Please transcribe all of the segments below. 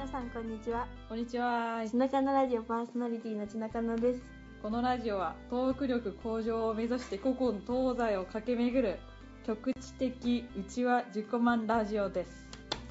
皆さんこんにちは。 こんにちは。 ちなかなラジオパーソナリティのちなかなです。 このラジオはトーク力向上を目指して古今東西を駆け巡る局地的内輪自己満ラジオです。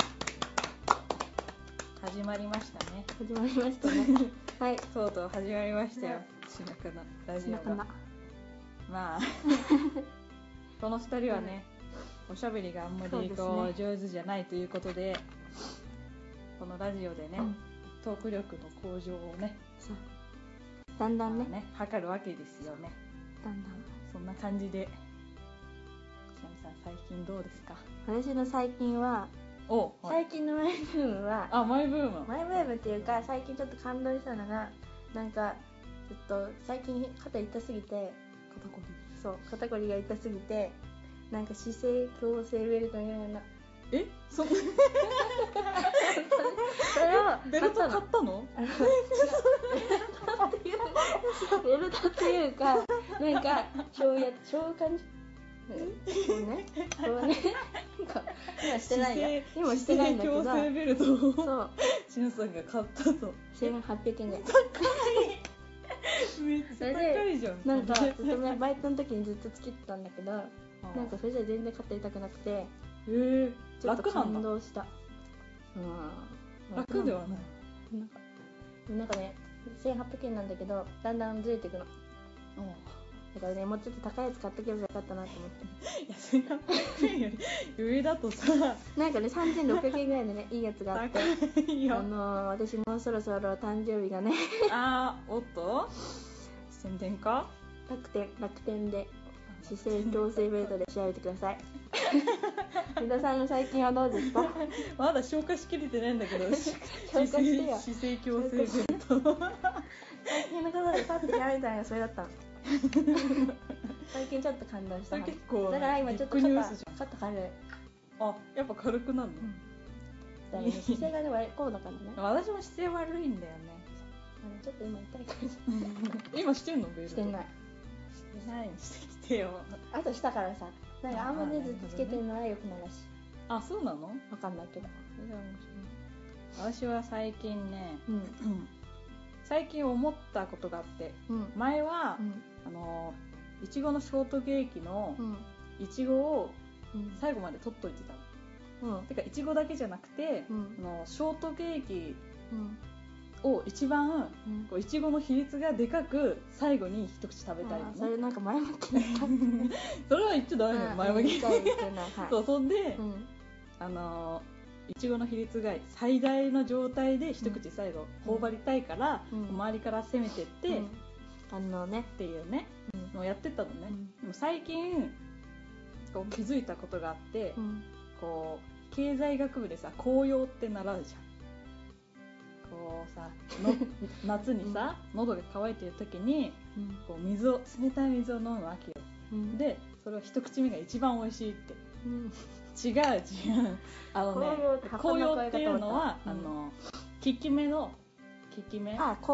始まりましたね。 始まりましたね。はい。 とうとう始まりましたよ。ちなかなラジオが。まあこの2人はね、おしゃべりがあんまり上手じゃないということで、このラジオでね、トーク力の向上をね、 だんだんね、 測るわけですよね。 だんだんそんな感じで、ちなみさん最近どうですか？ 私の最近は、最近のマイブームは、マイブームっていうか、最近ちょっと感動したのが、なんかちょっと最近肩痛すぎて、肩こりが痛すぎて、なんか姿勢矯正ベルトみたいな。 それをベルト買ったの？ベルトっていうか、なんかそういう感じ。今してないよ。今してないんだけど。 姿勢矯正ベルトをしのさんが買ったと。 1800円ぐらい。 めっちゃ高いじゃん。 なんかずっとね、バイトの時にずっとつけてたんだけど、なんかそれじゃ全然肩痛くなくて、ちょっと感動した。 楽ではない。 なんかね、1800円なんだけど、だんだんずれていくの。だからね、もうちょっと高いやつ買っとけばよかったなと思って。 いや、1800円より上だとさ、 なんかね、3600円ぐらいでね、いいやつがあって、私もそろそろ誕生日がね、 おっと宣伝か？ 楽天で姿勢矯正ベルトで調べてください。皆さんの最近はどうですか？ まだ消化しきれてないんだけど、 消化してよ。 姿勢矯正ベルト最近のことでパッて調べたのがそれだったの。最近ちょっと感動した。 結構だから今ちょっと肩軽い。 やっぱ軽くなるの？ 姿勢がね、こうだからね。 私も姿勢悪いんだよね。 ちょっと今痛いかもしれない。 今してんの？ベルトしてない。 してないにしてきてよ。 あとしたからさ、なんかあんまねずっとつけてるのは良くないらしい。 そうなの？ わかんないけど。 私は最近ね、最近思ったことがあって、前は、いちごのショートケーキのいちごを最後まで取っといてたの。てかいちごだけじゃなくて、ショートケーキを一番いちごの比率がでかく最後に一口食べたいのね。 それなんか前向きなそれは言っちゃダメだよ、前向きそんで、いちごの比率が最大の状態で一口最後頬張りたいから、周りから攻めてって、っていうね、のをやってたのね。でも最近気づいたことがあって、経済学部でさ、紅葉って習うじゃん。夏にさ、喉が渇いてる時に冷たい水を飲むわけよ。でそれは一口目が一番美味しいって。違う紅葉っていうのは効き目の効き目の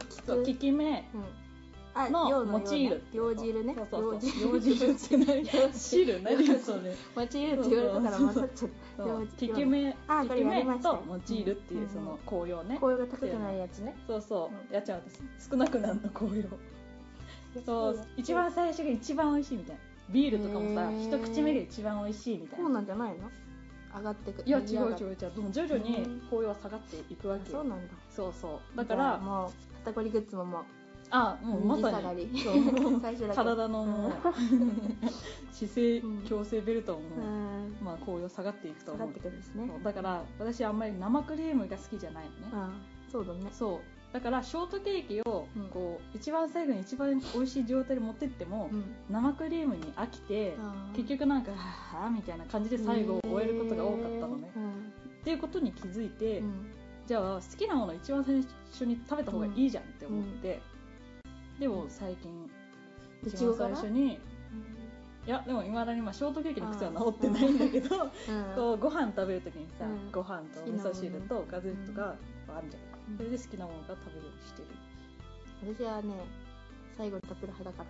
用いる用汁ね。 用汁って何？汁何それ？ 用いるって言われたから混ざっちゃった。 効き目と用いるっていうその紅葉ね。 紅葉が高くないやつね。 やっちゃうと少なくなるの紅葉。一番最初が一番美味しいみたいな。ビールとかもさ、一口目が一番美味しいみたいな。 そうなんじゃないの？上がってく。 いや違う。でも徐々に紅葉は下がっていくわけよ。 そうなんだ。 だからもう肩こりグッズももうまさに体の姿勢矯正ベルトも紅葉下がっていくと思う。だから私あんまり生クリームが好きじゃないのね。 そうだね。 だからショートケーキを一番最後に一番美味しい状態で持ってっても、生クリームに飽きて結局なんかみたいな感じで最後を終えることが多かったのね。っていうことに気づいて、じゃあ好きなものを一番最初に食べた方がいいじゃんって思って、でも最近一番最初にでも未だにショートケーキの癖は治ってないんだけど、ご飯食べるときにさ、ご飯と味噌汁とガズレットがあるじゃん。それで好きなものが食べるようにしてる。 私はね、最後に食べる派だから。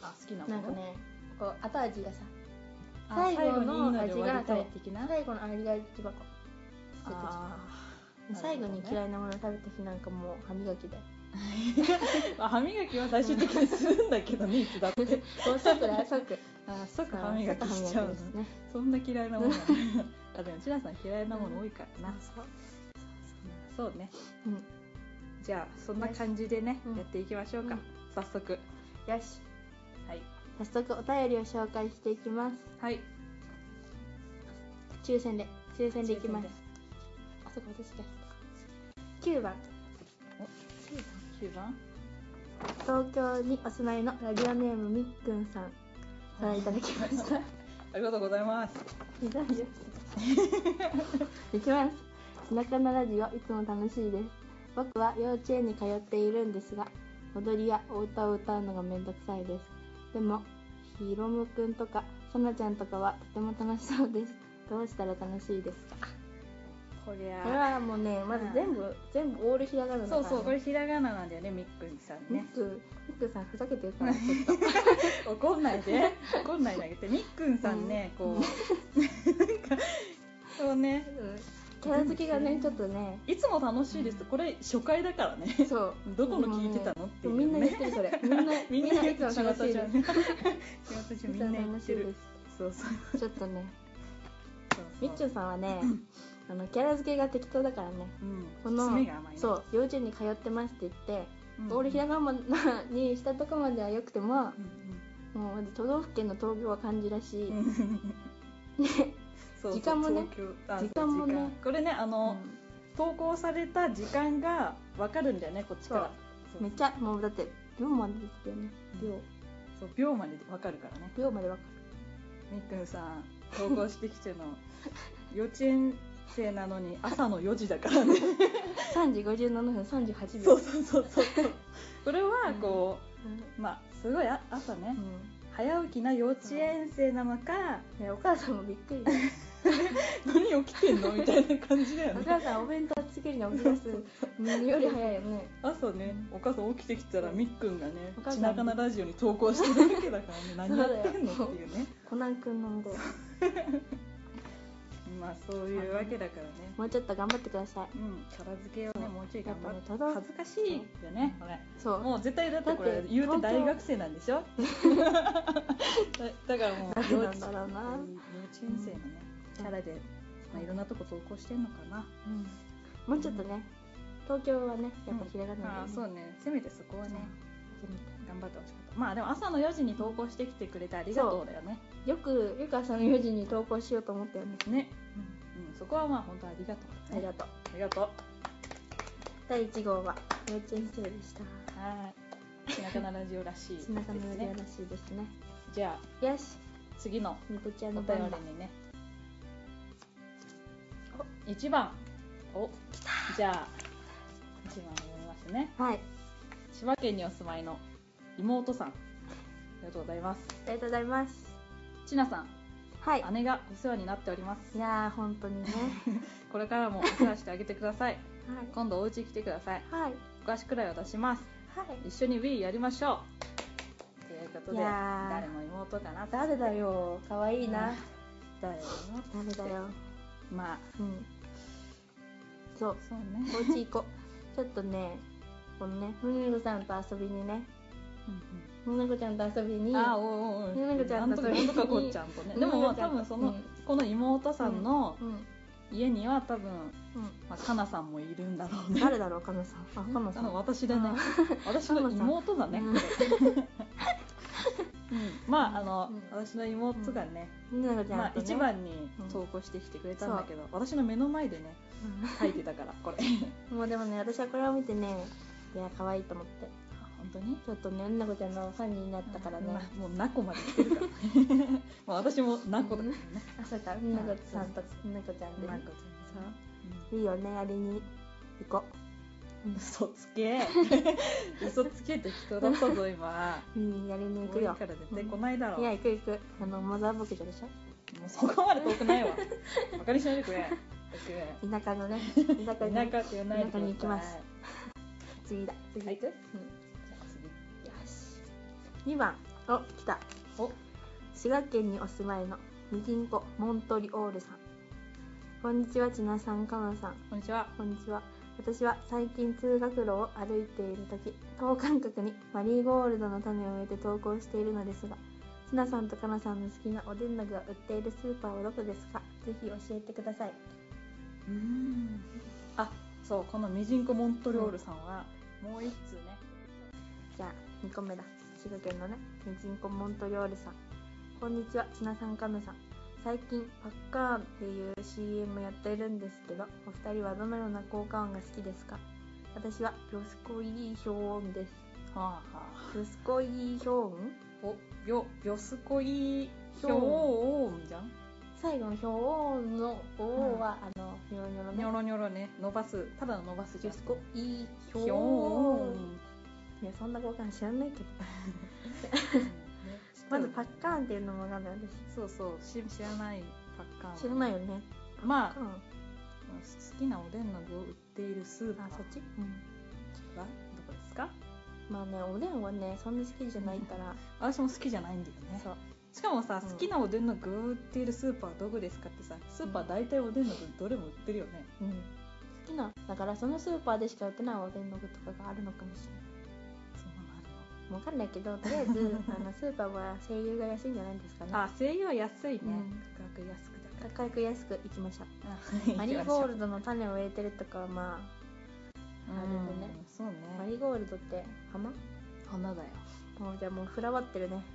好きなもの？ なんかね、後味がさ、最後の味が最後の味が一番好き。 最後に嫌いなもの食べた日なんかもう歯磨きだよ。 歯磨きは最終的にするんだけどね、いつだって。 即だよ、即。 即歯磨きしちゃうのね。そんな嫌いなものでもちなさん嫌いなもの多いからな。そうね。じゃあそんな感じでね、やっていきましょうか。早速。よし。はい。早速お便りを紹介していきます。 はい。 抽選でいきます。あ、そこ私が9番。 9番。 東京にお住まいのラジオネームみっくんさんからいただきました。 ありがとうございます。 いきます。田舎のラジオいつも楽しいです。僕は幼稚園に通っているんですが、踊りやお歌を歌うのがめんどくさいです。でもひろむくんとかさなちゃんとかはとても楽しそうです。どうしたら楽しいですか？これはもうね、まず全部オールひらがなだから、ね、 そうこれひらがななんだよね、みっくんさんね。 みっくんさんふざけてるからちょっと怒んないであげて。みっくんさんね、こうなんかそうね、 キャラ付けがねちょっとね、 いつも楽しいです。これ初回だからね。 そうどこの聞いてたのっていうね。 みんな言ってるそれ。みんないつも楽しいです。 みんな言ってる。そうちょっとね、みっちゅんさんはね、キャラ付けが適当だからね。このそう幼稚園に通ってますって言って、オールひらがなにしたとこまではよくても、もう都道府県の東京は漢字らしい。時間もね、 これね、投稿された時間がわかるんだよね、こっちから。 めっちゃもうだって秒までですよね。 秒までわかるからね。 秒までわかる。みっくんさん投稿してきての幼稚園生なのに朝の4時だからね。 3時57分38秒。 そうこれはこう、まあすごい朝ね、早起きな幼稚園生なのか、 お母さんもびっくり。 何起きてんのみたいな感じだよね。 お母さんお弁当作りに起き出すより早いよね。 朝ね、お母さん起きてきたらみっくんがね、ちなかなラジオに投稿してるわけだからね、何やってんのっていうね。 コナンくんなんで。 まあそういうわけだからね。 もうちょっと頑張ってください。 片付けをね、もうちょい頑張って。恥ずかしいよね、これ。 そう。 もう絶対だってこれ言うて大学生なんでしょ。だからもう幼稚園生のね。キャラで、いろんなとこ投稿してんのかな。 もうちょっとね、東京はね、やっぱひらがなで。 そうね、せめてそこはね、頑張ってほしかった。まあでも朝の4時に投稿してきてくれてありがとうだよね。 よく朝の4時に投稿しようと思ったよね。 ね。そこはまあ本当ありがとう。 ありがとう。第1号は幼稚園生でした。 はい。ちなかなラジオらしいですね。 ちなかなラジオらしいですね。 じゃあ、 よし。 次のみこちゃんのお便りにね。1番。じゃあ1番読みますね。 はい。 千葉県にお住まいの妹さん、ありがとうございます。 ありがとうございます。 ちなさん、 はい、 姉がお世話になっております。 いやー本当にね。 これからもお世話してあげてください。 はい、 今度お家来てください。 はい。 お菓子くらいは出します。 はい。 一緒に Wii やりましょう。ということで、誰の妹かな。 誰だよ、可愛いな。 誰だよ。 まあ、 そうね。お家行こう。ちょっとね、このね、ふねこさんと遊びにね。ふねこちゃんと遊びに。 ふねこちゃんと遊びに。なんとかこっちゃんとね。でも多分この妹さんの家には多分、かなさんもいるんだろうね。 誰だろう、かなさん。かなさん。 私だね。私の妹だね。まあ私の妹がね、一番に投稿してきてくれたんだけど、私の目の前でね書いてたからこれ。 もうでもね、私はこれを見てね、いや可愛いと思って。 本当に？ ちょっとね、なこちゃんのファンになったからね。 もうなこまで来てるからね。私もなこだからね。 あ、そうか、なこさんとなこちゃんで。そう。いいよね、あれに行こう。 嘘つけ。嘘つけ、適当だったぞ今。 やりに行くよ。 から絶対来ないだろう。 いや、行く。マザー牧場でしょ。 もうそこまで遠くないわ。バカにしないでくれ。 田舎のね。田舎に行きます。次行く？よし。2番。お、来た。滋賀県にお住まいのミジンコモントリオールさん。 こんにちは、ちなさん、かなさん。 こんにちは。 こんにちは。私は最近通学路を歩いているとき、等間隔にマリーゴールドの種を植えて投稿しているのですが、ちなさんとかなさんの好きなおでんの具が売っているスーパーはどこですか？ぜひ教えてください。 あ、そう、このミジンコモントリョールさんはもう一通ね。 じゃあ2個目だ。滋賀県のね、ミジンコモントリョールさん。こんにちは、ちなさん、かなさん。最近パッカーンっていう CM やってるんですけど、お二人はどのような効果音が好きですか？私はビョスコイーヒョーンです。ビョスコイーヒョーン？ ビョスコイーヒョーンじゃん。 最後のヒョーンの O は、ニョロニョロね。 ニョロニョロね、伸ばす、ただの伸ばすビョスコイーヒョーン。いや、そんな効果音知らないけど。まずパッカーンっていうのもわかんない私。 そうそう、知らないパッカーン。 知らないよね。 まあ、好きなおでんの具を売っているスーパー。 そっち？ はどこですか？ まあね、おでんはね、そんな好きじゃないから。 私も好きじゃないんだよね。そう。しかもさ、好きなおでんの具を売っているスーパーはどこですかってさ、スーパー大体おでんの具どれも売ってるよね。 好きな、だからそのスーパーでしか売ってないおでんの具とかがあるのかもしれない。わかんないけど、とりあえずスーパーは声優が安いんじゃないですかね。 あ、声優は安いね。 価格安くいきましょう。マリーゴールドの種を植えてるとかはまああれでね。 そうね。 マリーゴールドって花だよ。 もうじゃあもうフラワってるね。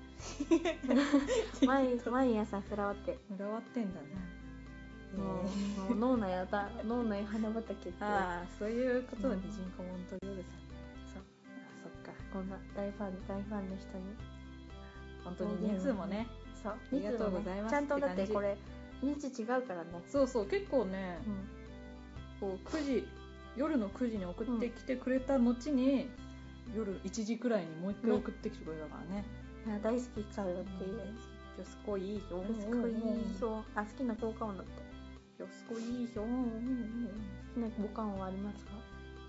毎朝フラワって。 フラワってんだね。 もう脳内花畑って。 ああ、そういうことだ。ミジンコモントリョールさん。 こんな大ファンの人に本当に人数もね、 そう、 ありがとうございます。 ちゃんとだってこれ人数違うからね。 そうそう、結構ね、こう夜の9時に送ってきてくれた後に、夜1時くらいにもう一回送ってきてくれたからね。 いや大好きかよっていう。 よすこいいひょん。 好きな効果音だって。 よすこいいひょん。 好きな効果音はありますか？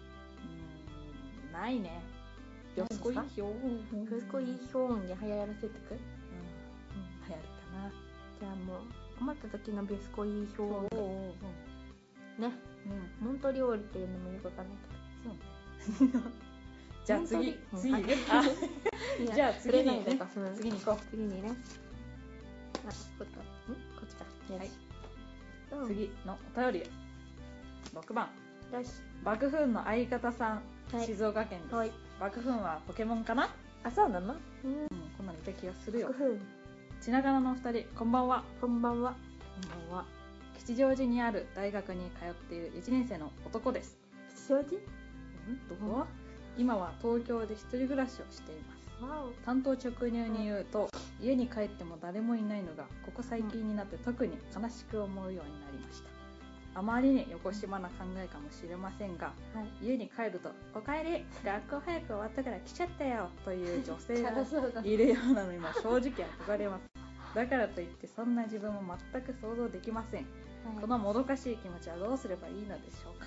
ないね。よすこいいひょん。 よすこいいひょんで流行らせてく？ 流行るかな。 じゃあもう困った時のビスコイーひょんね。モントリオールっていうのもよくわかんないけど。そうね。 じゃあ次じゃあ次に行こう。 次にね。こっちか。はい。 次のお便り。6番。爆風の相方さん、静岡県です。爆風はポケモンかな？ あ、そうなの？ こんなのいた気がするよ。ちながらのお二人、こんばんは。 こんばんは。 吉祥寺にある大学に通っている1年生の男です。 吉祥寺？ どこ？今は東京で一人暮らしをしています。単刀直入に言うと、家に帰っても誰もいないのがここ最近になって特に悲しく思うようになりました。あまりによこしまな考えかもしれませんが、家に帰ると「おかえり、学校早く終わったから来ちゃったよ」という女性がいるようなのにも正直憧れます。だからといってそんな自分も全く想像できません。このもどかしい気持ちはどうすればいいのでしょうか。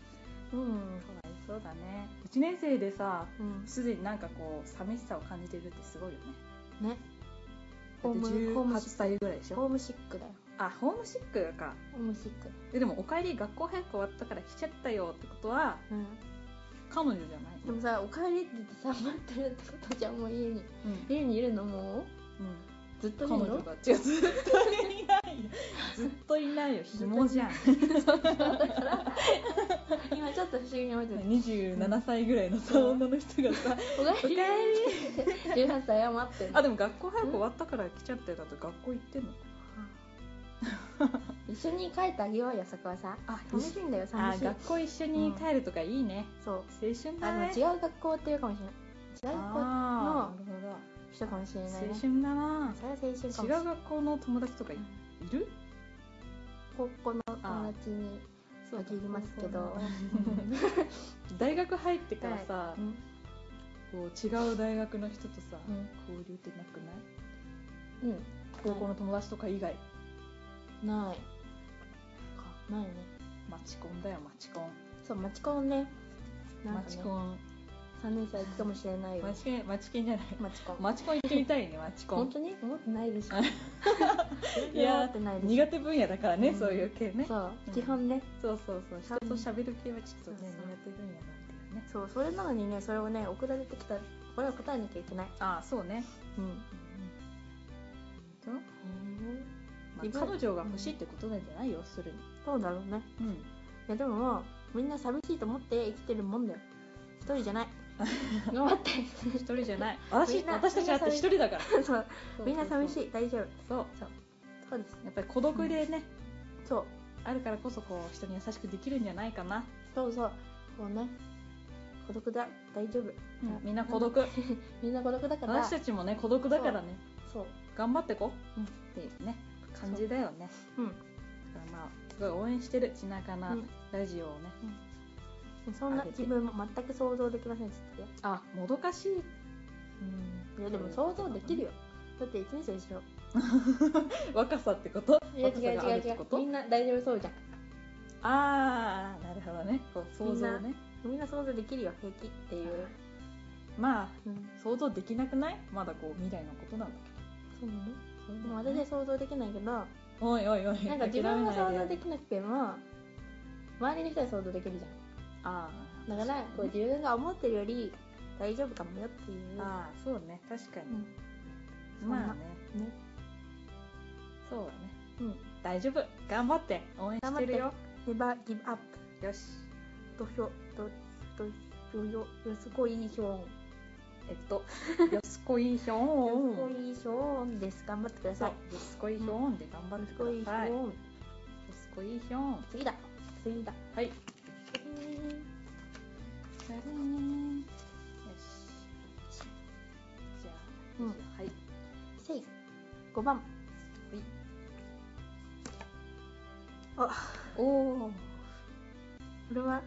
そうだね。1年生でさ、すでになんかこう寂しさを感じてるってすごいよね。 ね。 だって18歳ぐらいでしょ。 ホームシックだよ。 あ、ホームシックか。 ホームシック。 でもおかえり、学校早く終わったから来ちゃったよってことは、彼女じゃない？ でもさ、おかえりって言ってさ待ってるってことじゃん。もう家にいるの？もうずっといるの？ 彼女が違う、ずっといないよ。ずっといないよ。紐じゃん。 だから今ちょっと不思議に思ってる。 27歳ぐらいのさ、女の人がさおかえり18歳は待ってる。 あ、でも学校早く終わったから来ちゃったよ。だと学校行ってんの？ 一緒に帰ってあげようよ。そこはさ、楽しいんだよ。寂しい。 学校一緒に帰るとかいいね。そう、青春だね。 違う学校っていうかもしれない。違う学校の人かもしれないね。 青春だな。 それは青春かもしれない。 違う学校の友達とかいる？ 高校の友達に限りますけど大学入ってからさ、こう違う大学の人とさ、交流ってなくない？高校の友達とか以外ないね。 マチコンだよ。マチコン。 そう、マチコンね。 マチコン 3年生は行くかもしれないよ。 マチケンじゃない、 マチコン。 マチコン行ってみたいね。マチコン本当に思ってないでしょ。 いや苦手分野だからね、そういう系ね。 そう、基本ね。 そう人と喋る系はちょっとね、苦手分野なんだよね。 そう、それなのにね、それをね、送られてきた、これは答えなきゃいけない。 ああ、そうね。彼女が欲しいってことなんじゃないよ、するに。 そうだろうね。いやでももうみんな寂しいと思って生きてるもんだよ。一人じゃない。頑張って。 一人じゃない。私たちだって一人だから。 そう。みんな寂しい。大丈夫。そうです。 やっぱり孤独でね。 そう。 あるからこそこう人に優しくできるんじゃないかな。 そう。こうね。孤独だ。大丈夫。 みんな孤独。 みんな孤独だから。 私たちもね孤独だからね。 そう。 頑張ってこう。っていうね感じだよね。だからまあすごい応援してるちなかなラジオをね。 そんな自分も全く想像できませんでしたよ。 あ、もどかしい。 いやでも想像できるよ。だって1年生でしょ。 若さってこと？ いや違う。みんな大丈夫そうじゃん。 ああ、なるほどね。こう想像ね。 みんな想像できるよ、平気っていう。 まあ、想像できなくない？まだこう未来のことなんだけど。 そうなの？もう私は想像できないけど。 おい。 なんか自分は想像できなくても周りの人は想像できるじゃん。だからこう自分が思ってるより大丈夫かもよっていう。 そうね、確かに。まあね。そうだね。大丈夫。頑張って応援してるよ。 Never give up。 よし。 よすこいひょん。 よすこいひょん。 よすこいひょんです。頑張ってください。 よすこいひょんで頑張ってください。よすこいひょん。 次だ。 はい。よし。じゃあ、はい。 5番。これは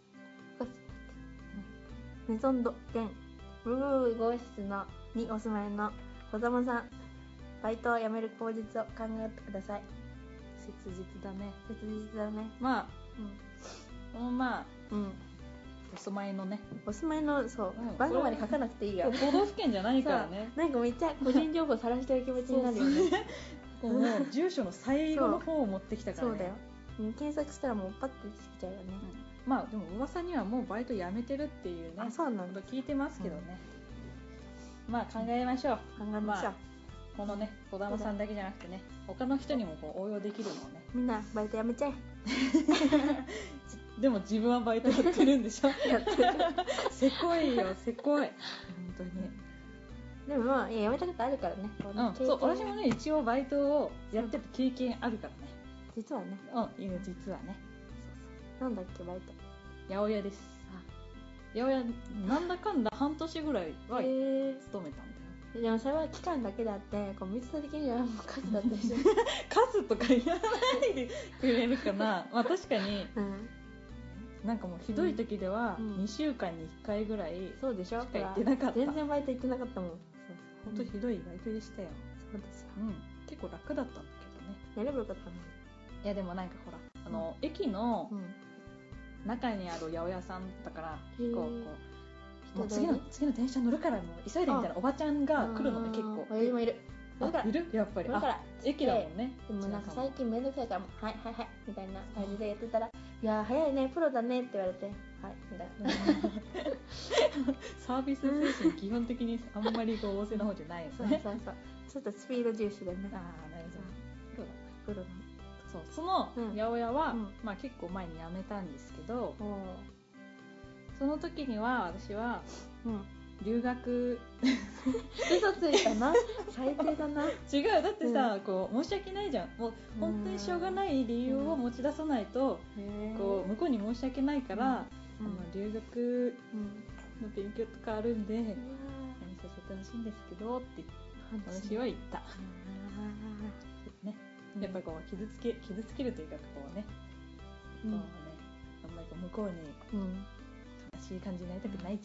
メゾンド現ブルー号室にお住まいの小玉さん、バイトを辞める口実を考えてください。 切実だね。 まあ、 お住まいのね。 そう番号まで書かなくていいよ。 都道府県じゃないからね。 なんかめっちゃ個人情報さらしてる気持ちになるよね。 もう住所の最後の方を持ってきたからね。 そうだよ。検索したらもうパッて出てきちゃうよね。 まあでも噂にはもうバイト辞めてるっていうね。 そうなんだ。 聞いてますけどね。まあ考えましょう。このね、小玉さんだけじゃなくてね、他の人にもこう応用できるのをね。 みんなバイト辞めちゃえ。 でも自分はバイトやってるんでしょ。やってる。せこいよ、せこい。本当に。 でも辞めたことあるからね。 そう、私もね一応バイトをやってた経験あるからね。 実はね。 実はね。 なんだっけバイト。 八百屋です。八百屋なんだかんだ半年ぐらいは勤めたんだよ。 でもそれは期間だけであってこう密度的にはもう数だったでしょ。 数とか言わないでくれるかな。まあ確かに、なんかもうひどい時では2週間に1回ぐらいしか行ってなかった。 全然バイト行ってなかったもん。 本当ひどいバイトでしたよ。 そうですよ。 結構楽だったんだけどね。 やればよかったの。 いやでもなんかほら駅の中にある八百屋さんだからこうもう次の電車乗るからもう急いでみたいなおばちゃんが来るのね結構。 いるいるやっぱり。駅だもんね。 でもなんか最近めんどくさいからはいみたいな感じでやってたら、いや早いねプロだねって言われて、はいみたいな。 サービス精神基本的にあんまりこう旺盛な方じゃないよね。 そうちょっとスピード重視でね。 なるほど。プロだ。そう、その八百屋はまあ結構前に辞めたんですけど、その時には私は留学嘘ついたな。最低だな。 違う、だってさ、こう申し訳ないじゃん。もう本当にしょうがない理由を持ち出さないとこう向こうに申し訳ないから、留学の勉強とかあるんでやめさせてほしいんですけどって私は言った。ね、やっぱりこう傷つけるというかこうね、あんまりこう向こうに悲しい感じになりたくないじゃん。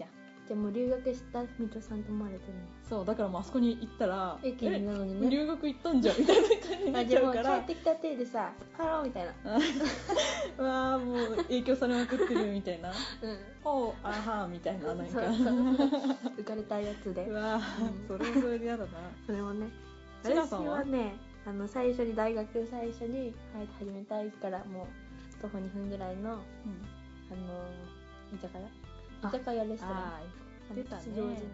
じゃあもう留学した水戸さんと思われてるんだ。 そうだからもうあそこに行ったら駅なのにね、 留学行ったんじゃんみたいな感じになっちゃうから、 じゃあもう帰ってきた手でさハローみたいなわあもう影響されまくってるみたいな、おあはみたいな、なんか浮かれたやつで、 うわそれもそれで嫌だな。 それもね、 私はね最初に大学最初に始めたいからもう徒歩2分ぐらいの、居酒屋レストラン出たね、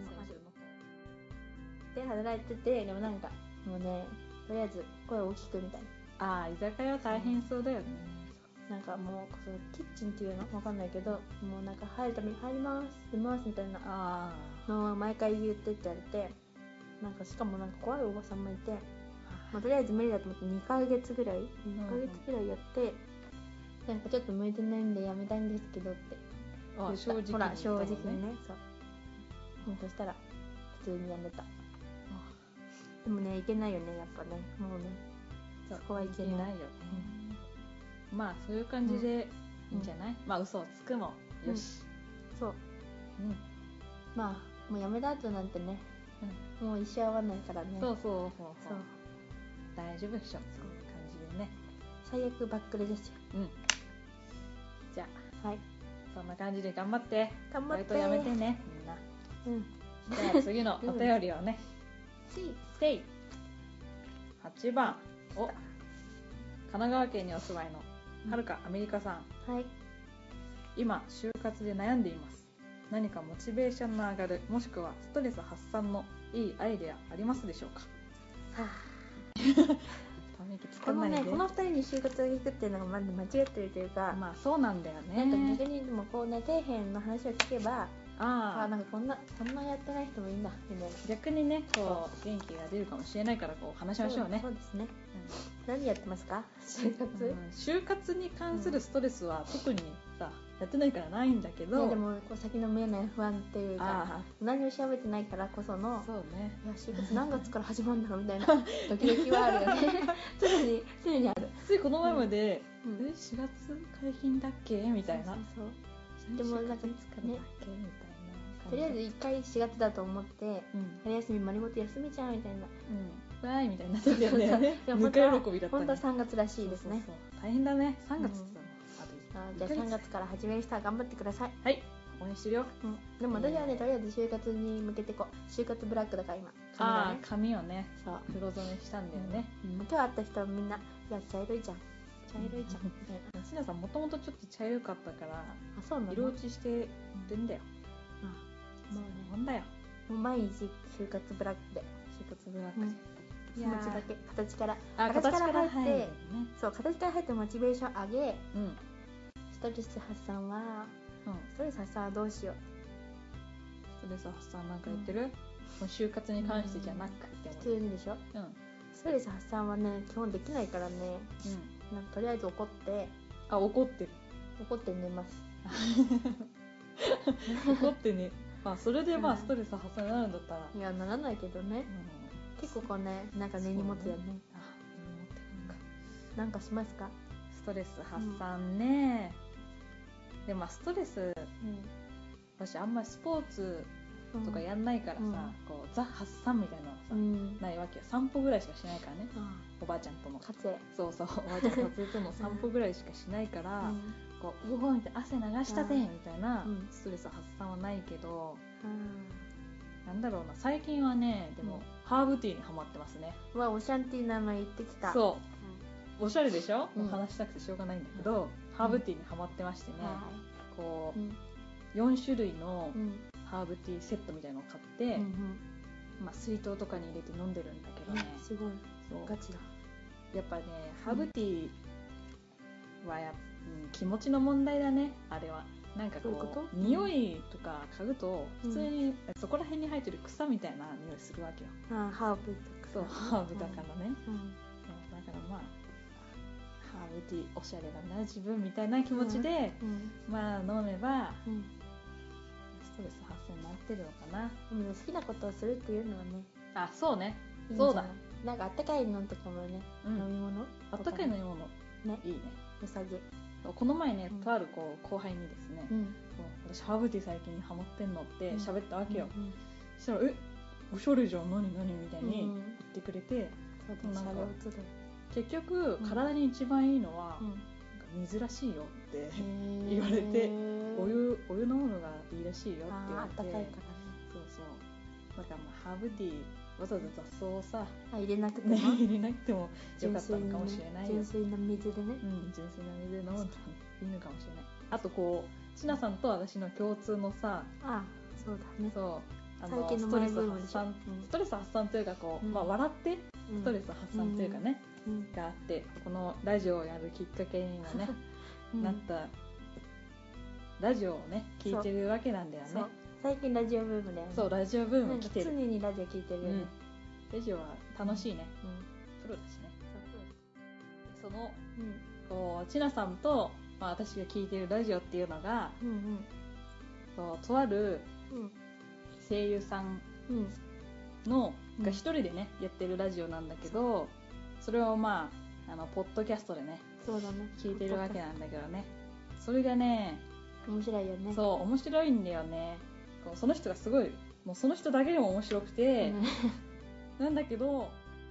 で働いてて、でもなんかもうね、とりあえず声大きくみたいな。居酒屋は大変そうだよね。 なんかもうキッチンっていうのわかんないけど、もうなんか入るために入ります出ますみたいなのを毎回言ってって言われて、なんかしかもなんか怖いおばさんもいて、まあ、とりあえず無理だと思って2ヶ月ぐらいやって、なんかちょっと向いてないんでやめたいんですけどって言った。正直に、ほら正直にね、そう、そしたら普通にやめた。でもね、いけないよね、やっぱね、もうね、そこはいけないよね。 まあそういう感じでいいんじゃない？まあ嘘をつくもよし。 そう。まあもうやめた後なんてね、もう一生会わないからね。そう。 大丈夫でしょ、そういう感じでね。 最悪バックレですよ。 じゃあ、そんな感じで頑張って。バイトやめてね、みんな。じゃあ次のお便りをね。せい。8番。神奈川県にお住まいのはるかアメリカさん。今就活で悩んでいます。何かモチベーションの上がる、もしくはストレス発散のいいアイデアありますでしょうか？ この2人に就活を聞くっていうのがまだ間違ってるというか、 まあそうなんだよね。 なんか逆にでもこうね、底辺の話を聞けば、なんかこんなやってない人もいいんだみたいな、 逆にね、こう元気が出るかもしれないから、こう話しましょうね。 そうですね。何やってますか？就活？ 就活に関するストレスは特にさ、やってないからないんだけど、 でもこう先の見えない不安っていうか、何も調べてないからこその、 そうね、 いや就活何月から始まるんだろうみたいなドキドキはあるよね。常にある。 ついこの前まで4月解禁だっけみたいな。 でもなんかね、とりあえず1回4月だと思って春休み丸ごと休みちゃうみたいな、 わーいみたいな時だよね。ぬか喜びだったね。 本当は3月らしいですね。 大変だね、3月ってじゃあ3月から始める人は頑張ってください。 はい、応援してるよ。 でも私はね、とりあえず就活に向けて就活ブラックだから今髪をね、黒染めしたんだよね。 今日会った人はみんな、いや茶色いじゃんみたいな。 しなさんもともとちょっと茶色かったから色落ちしてるんだよ。もうなんだよ、 もう毎日就活ブラックで、気持ちだけ形から入って、そう、形から入ってモチベーション上げ、ストレス発散はどうしよう。 ストレス発散なんかやってる？就活に関してじゃなくても普通にでしょ。ストレス発散はね、基本できないからね。なんかとりあえず怒って寝ます。 怒ってね。それでストレス発散になるんだったら、 いやならないけどね。結構なんか根に持つよね。なんかしますか？ ストレス発散ね。でもストレス、私あんまりスポーツとかやんないからさ、こうザ発散みたいなのはさ、ないわけよ。散歩ぐらいしかしないからね。おばあちゃんとの。そうそう、おばあちゃんとの散歩ぐらいしかしないから、こうみたいな、汗流したぜみたいなストレス発散はないけど、なんだろうな、最近はね、でもハーブティーにハマってますね。 オシャンティーなの言ってきた。 そう、おしゃれでしょ。話したくてしょうがないんだけど、ハーブティーにハマってましてね、こう4種類のハーブティーセットみたいなのを買って、水筒とかに入れて飲んでるんだけどね。 すごいガチだ。 やっぱね、ハーブティーは気持ちの問題だね、あれは。なんかこう匂いとか嗅ぐと普通にそこら辺に生えてる草みたいな匂いするわけよ。 ハーブとか。 そう、ハーブだからね。だからハーブティーおしゃれだな自分みたいな気持ちで飲めばストレス発散になってるのかな。 好きなことをするっていうのはね。 そうね。そうだ。 なんかあったかいのとかもね、飲み物。 あったかい飲み物ね、いいね。 良さげ。 この前ね、とある後輩にですね、 私ハーブティー最近ハマってんのって喋ったわけよ、そしたらおしゃれじゃん何みたいに言ってくれて、なんか結局体に一番いいのは、水らしいよって言われて、お湯飲むのがいいらしいよって言われて、 暖かいからね。 そうだからハーブティーわざわざ雑草をさ入れなくても、 入れなくてもよかったのかもしれないよ。 純粋な水でね、 純粋な水で飲むといいのかもしれない。あとこうちなさんと私の共通のさ、 そうだね、 そうストレス発散というかこう、笑ってストレス発散というかね、があって、このラジオをやるきっかけにはね、なったラジオをね聞いてるわけなんだよね。 最近ラジオブームだよね。 そう、ラジオブーム来てる。 常にラジオ聞いてるよね。 ラジオは楽しいね。プロだしね。そのこうちなさんと、私が聞いてるラジオっていうのが、とある声優さんのが一人でねやってるラジオなんだけど、それをポッドキャストでね聞いてるわけなんだけどね、それがね面白いよね。 そう面白いんだよね。その人がすごい、もうその人だけでも面白くて、なんだけど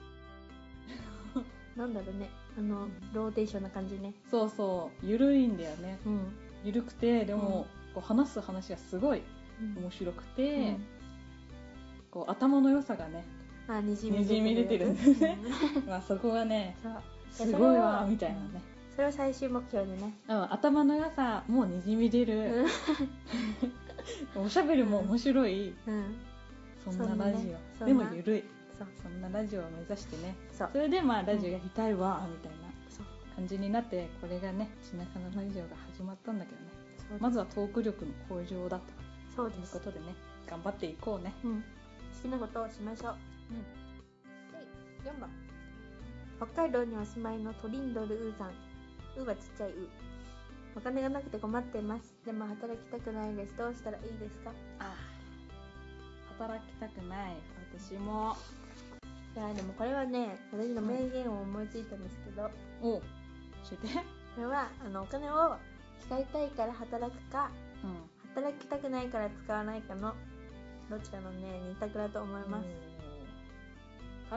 なんだろうね、ローテーションな感じね。 そうゆるいんだよね、ゆるくて、でも、こう話す話がすごい面白くて、こう頭の良さがねにじみ出てるそこがねすごいわみたいなね。 それを最終目標でね、 頭の良さもにじみ出る、おしゃべりも面白い、そんなラジオでもゆるい、そんなラジオを目指してね、それでラジオやりたいわみたいな感じになって、これがねちなかのラジオが始まったんだけどね、まずはトーク力の向上だということでね、頑張っていこうね。 好きなことをしましょう。で4番、北海道にお住まいのトリンドルウーさん。ウーはちっちゃいウー。お金がなくて困っています。でも働きたくないです。どうしたらいいですか？ 働きたくない。私も。 いやでもこれはね、私の名言を思いついたんですけど、 教えて。 これはお金を使いたいから働くか、働きたくないから使わないかのどっちかのね二択だと思います。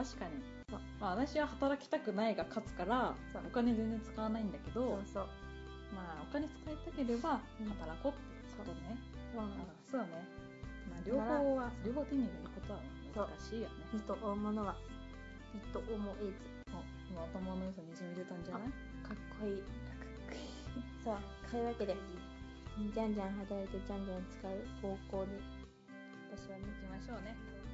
確かに。私は働きたくないが勝つからお金全然使わないんだけど、お金使いたければ働こうってことね。そうね。両方手に入れることは難しいよね。 いと思うものはと思えず。 今頭の良さにじみ出たんじゃない？ かっこいい。そういうわけでじゃんじゃん働いてじゃんじゃん使う方向に私はね行きましょうね。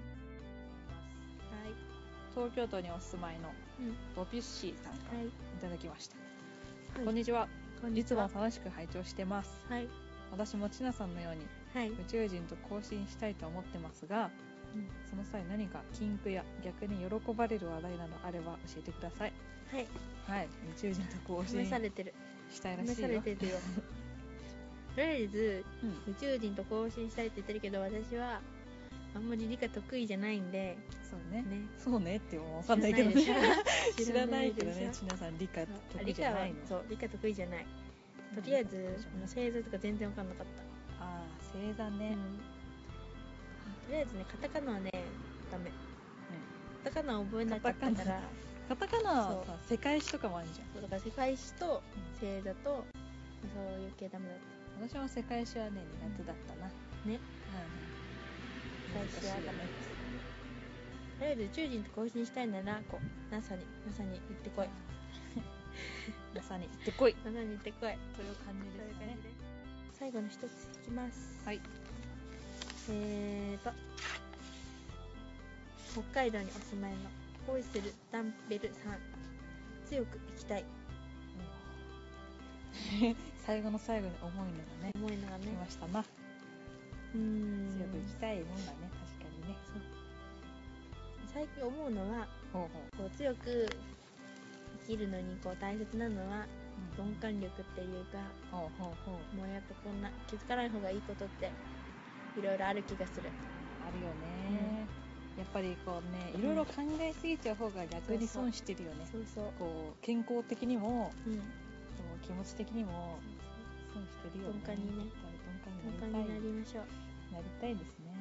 はい。東京都にお住まいのボピュッシーさんからいただきました。こんにちは。いつも楽しく拝聴してます。私もちなさんのように宇宙人と交信したいと思ってますが、その際何か禁句や逆に喜ばれる話題などあれば教えてください。宇宙人と交信したいらしいよ。 とりあえず、宇宙人と交信したいって言ってるけど、私はあんまり理科得意じゃないんで。 そうねっても分かんないけどね。知らないけどね、ちなさん理科得意じゃないの。 そう、理科得意じゃない。とりあえず星座とか全然分かんなかった。 星座ね。 とりあえずね、カタカナはねダメ。カタカナ覚えなかったから。 カタカナはさ、世界史とかもあるじゃん。 だから世界史と星座とそういう系ダメだった。 私も世界史はね苦手だったな。 ね。世界史はダメです。とりあえず宇宙人と交信したいならNASA に行ってこい。 NASA に行ってこい。 NASA に行ってこい。 という感じですね。 最後の一ついきます。北海道にお住まいの恋するダンベルさん。強く生きたい。 最後の最後に重いのがね来ましたな。強く生きたいもんだね。確かにね。 最近思うのは強く生きるのに大切なのは鈍感力っていうか、もうやっぱこんな気づかない方がいいことっていろいろある気がする。 あるよね。やっぱりいろいろ考えすぎちゃう方が逆に損してるよね。健康的にも、気持ち的にもそうしてるよね。 鈍感にね、鈍感になりましょう。 なりたいですね。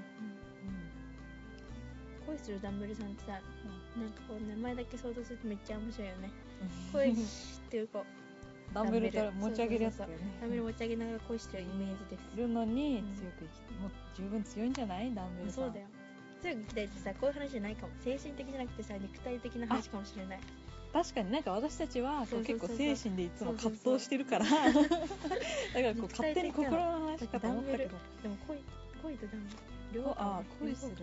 恋するダンベルさんってさ、なんかこう名前だけ想像するとめっちゃ面白いよね。恋してる子、 ダンベルから持ち上げるやつだよね。 ダンベル持ち上げながら恋してるイメージです。 いるのに強く生きて、もう十分強いんじゃない？ダンベルさん。 そうだよ。強く生きたいってさ、こういう話じゃないかも。精神的じゃなくてさ、肉体的な話かもしれない。 確かになんか私たちは結構精神でいつも葛藤してるからだからこう勝手に心の話かと思ったけど、 でも恋とダンベル両方、 恋する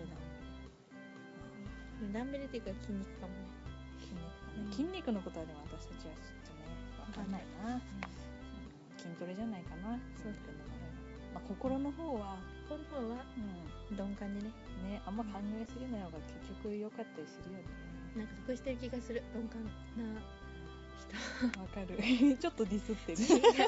ダンベルっていうか筋肉かもね。 筋肉のことはでも私たちはちょっとね分かんないな。筋トレじゃないかな。そうだけど、まあ、心の方は鈍感でね、あんま考えすぎない方が結局良かったりするよね。 なんか得してる気がする、鈍感な人。わかるちょっとディスってる。違うそん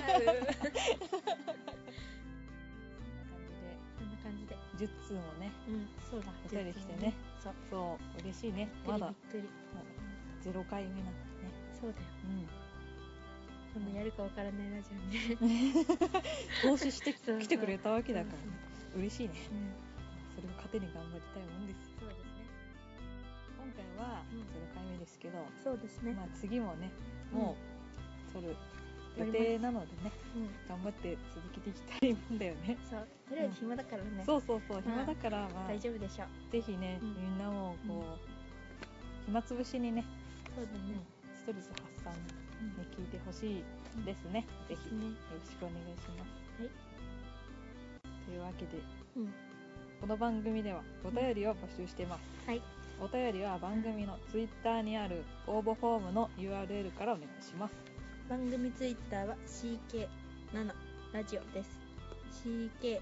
な感じで 10通もね、 そうだ、 お便り来てね、そう嬉しいね。まだ0回目なのにね。 そうだよ。今度やるかわからないラジオにね投資して来てくれたわけだから嬉しいね。それを糧に頑張りたいもんです。 そうですね。 今回は0回目ですけど、 そうですね。 まあ次もね、もう撮る予定なのでね、頑張って続けていきたいもんだよね。 そう、とりあえず暇だからね。 そう、暇だから大丈夫でしょう。 ぜひね、みんなもこう暇つぶしにね、 そうだね、 ストレス発散に聞いてほしいですね。ぜひよろしくお願いします。はい。というわけで、この番組ではお便りを募集しています。はい。お便りは番組のツイッターにある応募フォームの URL からお願いします。 番組ツイッターは CK7 ラジオです。CK7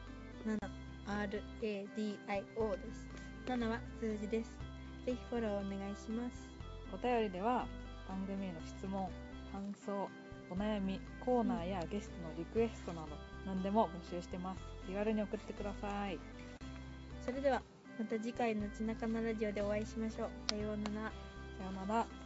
RADIO です。7は数字です。ぜひフォローお願いします。 お便りでは番組への質問、感想、お悩み、コーナーやゲストのリクエストなど何でも募集してます。気軽に送ってください。 それではまた次回のちなかなラジオでお会いしましょう。さようなら。 さようなら。